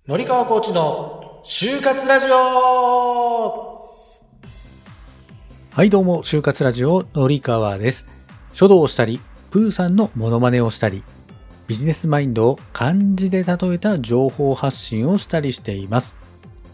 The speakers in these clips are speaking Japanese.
のりかわコーチの就活ラジオ。はいどうも、就活ラジオのりかわです。書道をしたり、プーさんのモノマネをしたり、ビジネスマインドを漢字で例えた情報発信をしたりしています。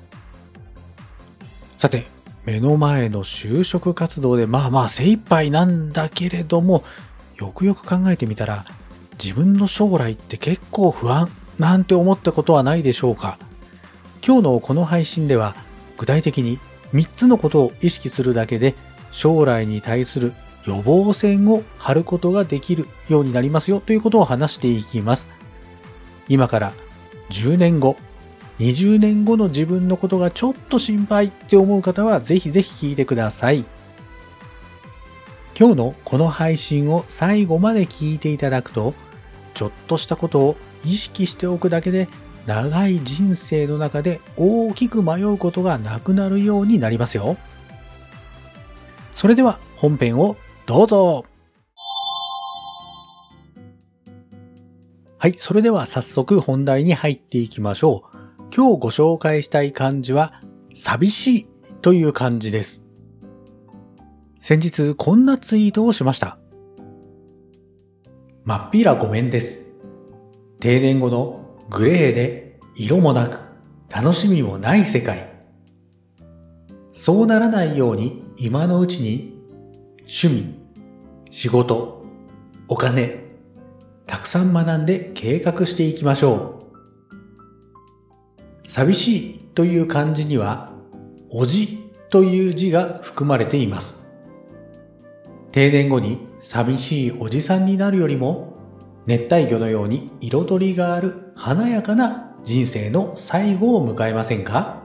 さて、目の前の就職活動で精一杯なんだけれども、よくよく考えてみたら、自分の将来って結構不安なんて思ったことはないでしょうか。今日のこの配信では具体的に3つのことを意識するだけで将来に対する予防線を張ることができるようになりますよということを話していきます。今から10年後、20年後の自分のことがちょっと心配って思う方はぜひぜひ聞いてください。今日のこの配信を最後まで聞いていただくと、ちょっとしたことを意識しておくだけで長い人生の中で大きく迷うことがなくなるようになりますよ。それでは本編をどうぞ。はい、それでは早速本題に入っていきましょう。今日ご紹介したい漢字は寂しいという漢字です。先日こんなツイートをしました。まっぴらごめんです。定年後のグレーで色もなく楽しみもない世界。そうならないように今のうちに趣味、仕事、お金、たくさん学んで計画していきましょう。寂しいという漢字にはおじという字が含まれています。定年後に寂しいおじさんになるよりも熱帯魚のように彩りがある華やかな人生の最後を迎えませんか？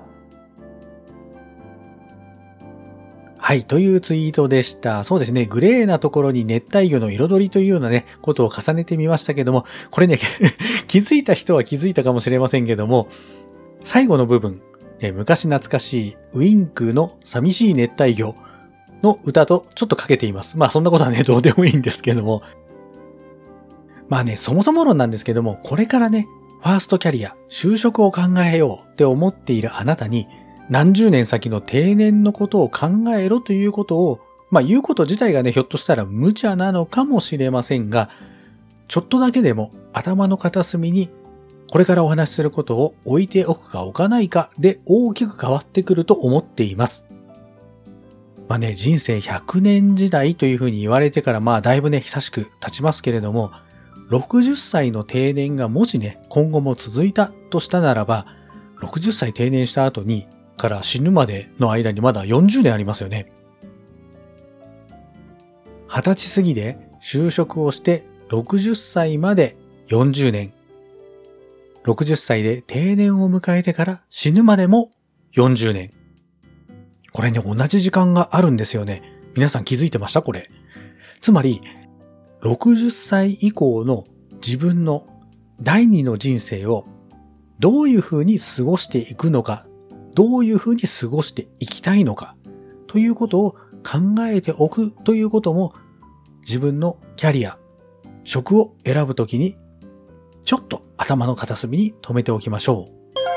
はい、というツイートでした。そうですね、グレーなところに熱帯魚の彩りというようなね、ことを重ねてみましたけども、これね、気づいた人は気づいたかもしれませんけども、最後の部分、昔懐かしいウィンクの寂しい熱帯魚の歌とちょっとかけています。そんなことはね、どうでもいいんですけども。そもそも論なんですけども、これからね、ファーストキャリア、就職を考えようって思っているあなたに、何十年先の定年のことを考えろということを、言うこと自体がね、ひょっとしたら無茶なのかもしれませんが、ちょっとだけでも頭の片隅に、これからお話しすることを置いておくか置かないかで大きく変わってくると思っています。人生100年時代というふうに言われてからだいぶね、久しく経ちますけれども、60歳の定年がもしね、今後も続いたとしたならば、60歳定年した後に、から死ぬまでの間にまだ40年ありますよね。20歳過ぎで就職をして60歳まで40年。60歳で定年を迎えてから死ぬまでも40年。これね、同じ時間があるんですよね。皆さん気づいてました？これ。つまり、60歳以降の自分の第二の人生をどういうふうに過ごしていくのか、どういうふうに過ごしていきたいのかということを考えておくということも自分のキャリア、職を選ぶときにちょっと頭の片隅に留めておきましょ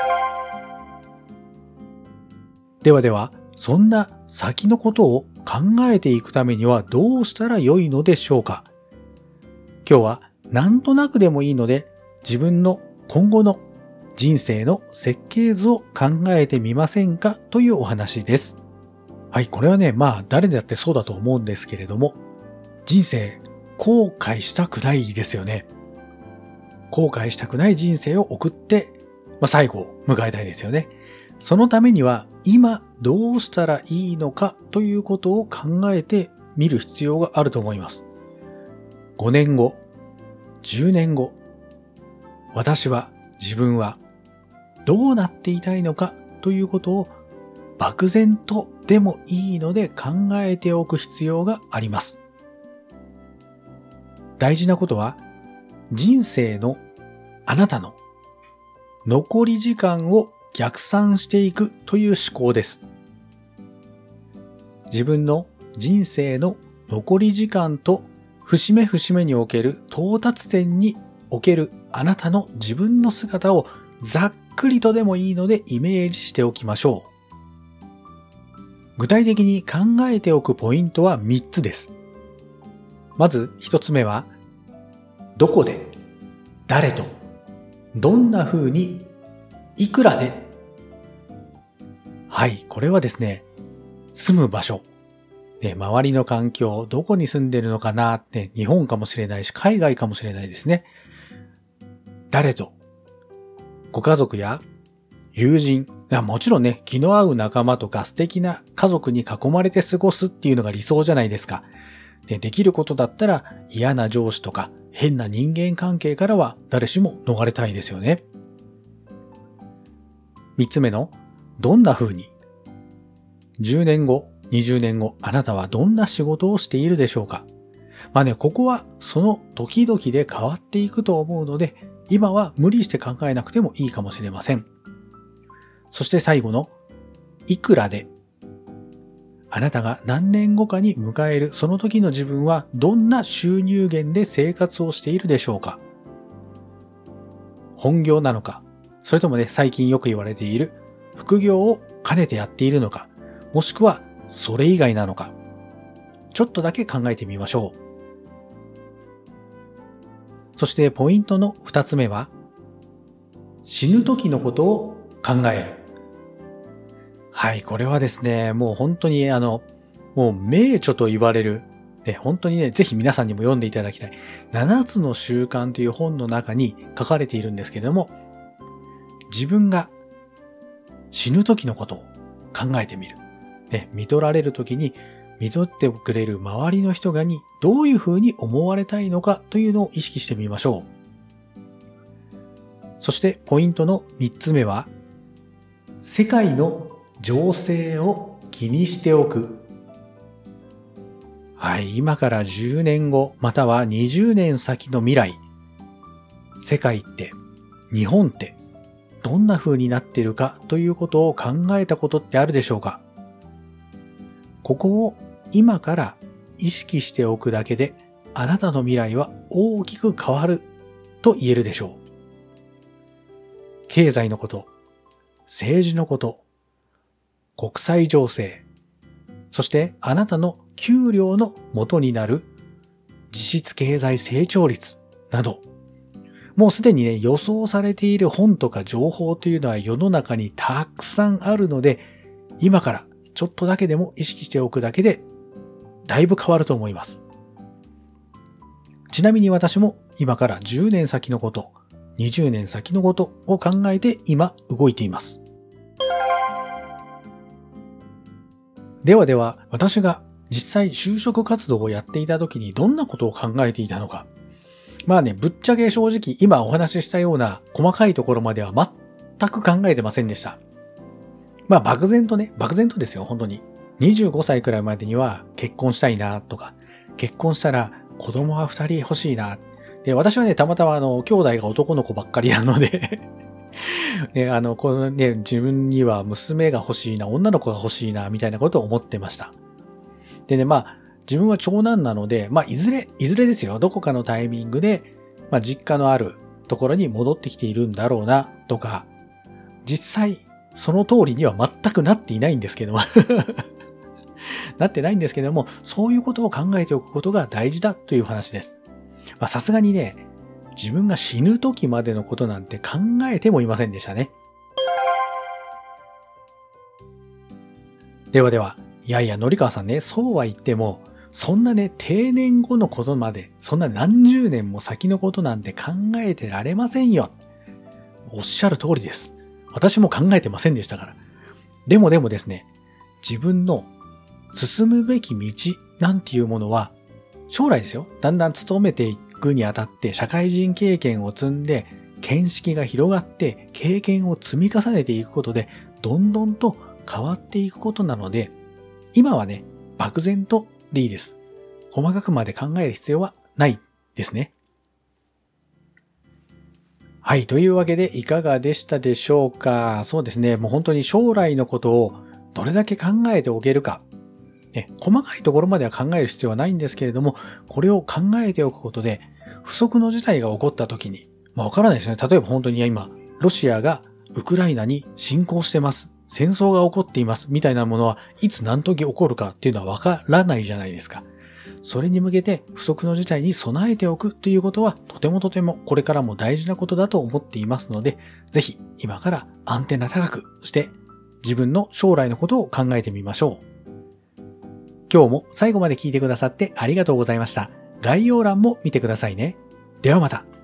う。では、そんな先のことを考えていくためにはどうしたらよいのでしょうか。今日はなんとなくでもいいので自分の今後の人生の設計図を考えてみませんかというお話です。はい、これはね、誰だってそうだと思うんですけれども、人生後悔したくないですよね。後悔したくない人生を送って、最後を迎えたいですよね。そのためには今どうしたらいいのかということを考えてみる必要があると思います。5年後、10年後、自分はどうなっていたいのかということを漠然とでもいいので考えておく必要があります。大事なことは人生のあなたの残り時間を逆算していくという思考です。自分の人生の残り時間と節目節目における到達点におけるあなたの自分の姿をざっくりとでもいいのでイメージしておきましょう。具体的に考えておくポイントは3つです。まず1つ目は、どこで、誰と、どんな風に、いくらで。はい、これはですね、住む場所、周りの環境、どこに住んでるのかなって、日本かもしれないし、海外かもしれないですね。誰と、ご家族や友人、もちろんね、気の合う仲間とか素敵な家族に囲まれて過ごすっていうのが理想じゃないですか。できることだったら嫌な上司とか変な人間関係からは誰しも逃れたいですよね。3つ目の、どんな風に。10年後、20年後、あなたはどんな仕事をしているでしょうか。ここはその時々で変わっていくと思うので、今は無理して考えなくてもいいかもしれません。そして最後の、いくらで。あなたが何年後かに迎えるその時の自分はどんな収入源で生活をしているでしょうか。本業なのか、それともね、最近よく言われている副業を兼ねてやっているのか、もしくはそれ以外なのか、ちょっとだけ考えてみましょう。そしてポイントの2つ目は、死ぬ時のことを考える。はい、これはですね、もう本当にもう名著と言われる、本当にね、ぜひ皆さんにも読んでいただきたい。7つの習慣という本の中に書かれているんですけれども、自分が死ぬ時のことを考えてみる。見取られる時に見取ってくれる周りの人がにどういうふうに思われたいのかというのを意識してみましょう。そしてポイントの3つ目は、世界の情勢を気にしておく。はい、今から10年後、または20年先の未来、世界って、日本ってどんな風になっているかということを考えたことってあるでしょうか。ここを今から意識しておくだけで、あなたの未来は大きく変わると言えるでしょう。経済のこと、政治のこと、国際情勢、そしてあなたの給料の元になる実質経済成長率など、もうすでにね、予想されている本とか情報というのは世の中にたくさんあるので、今からちょっとだけでも意識しておくだけでだいぶ変わると思います。ちなみに私も今から10年先のこと、20年先のことを考えて今動いています。では、私が実際就職活動をやっていた時にどんなことを考えていたのか。ぶっちゃけ正直今お話ししたような細かいところまでは全く考えてませんでした。漠然とですよ、本当に。25歳くらいまでには結婚したいなとか、結婚したら子供は2人欲しいな。で、私はね、たまたま兄弟が男の子ばっかりなので自分には娘が欲しいな、女の子が欲しいな、みたいなことを思ってました。でね、自分は長男なので、いずれですよ、どこかのタイミングで、実家のあるところに戻ってきているんだろうな、とか、実際、その通りには全くなっていないんですけどもなってないんですけども、そういうことを考えておくことが大事だという話です。さすがにね、自分が死ぬ時までのことなんて考えてもいませんでしたね。では、いや、のりかわさんね、そうは言っても、そんなね、定年後のことまで、そんな何十年も先のことなんて考えてられませんよ。おっしゃる通りです。私も考えてませんでしたから。でもですね、自分の進むべき道なんていうものは、将来ですよ、だんだん勤めていくにあたって社会人経験を積んで、見識が広がって経験を積み重ねていくことで、どんどんと変わっていくことなので、今はね、漠然とでいいです。細かくまで考える必要はないですね。はい。というわけでいかがでしたでしょうか。そうですね。もう本当に将来のことをどれだけ考えておけるか。細かいところまでは考える必要はないんですけれども、これを考えておくことで、不測の事態が起こった時に、わからないですね。例えば本当に今、ロシアがウクライナに侵攻してます。戦争が起こっています。みたいなものはいつ何時起こるかっていうのはわからないじゃないですか。それに向けて不測の事態に備えておくということはとてもこれからも大事なことだと思っていますので、ぜひ今からアンテナ高くして自分の将来のことを考えてみましょう。今日も最後まで聞いてくださってありがとうございました。概要欄も見てくださいね。ではまた。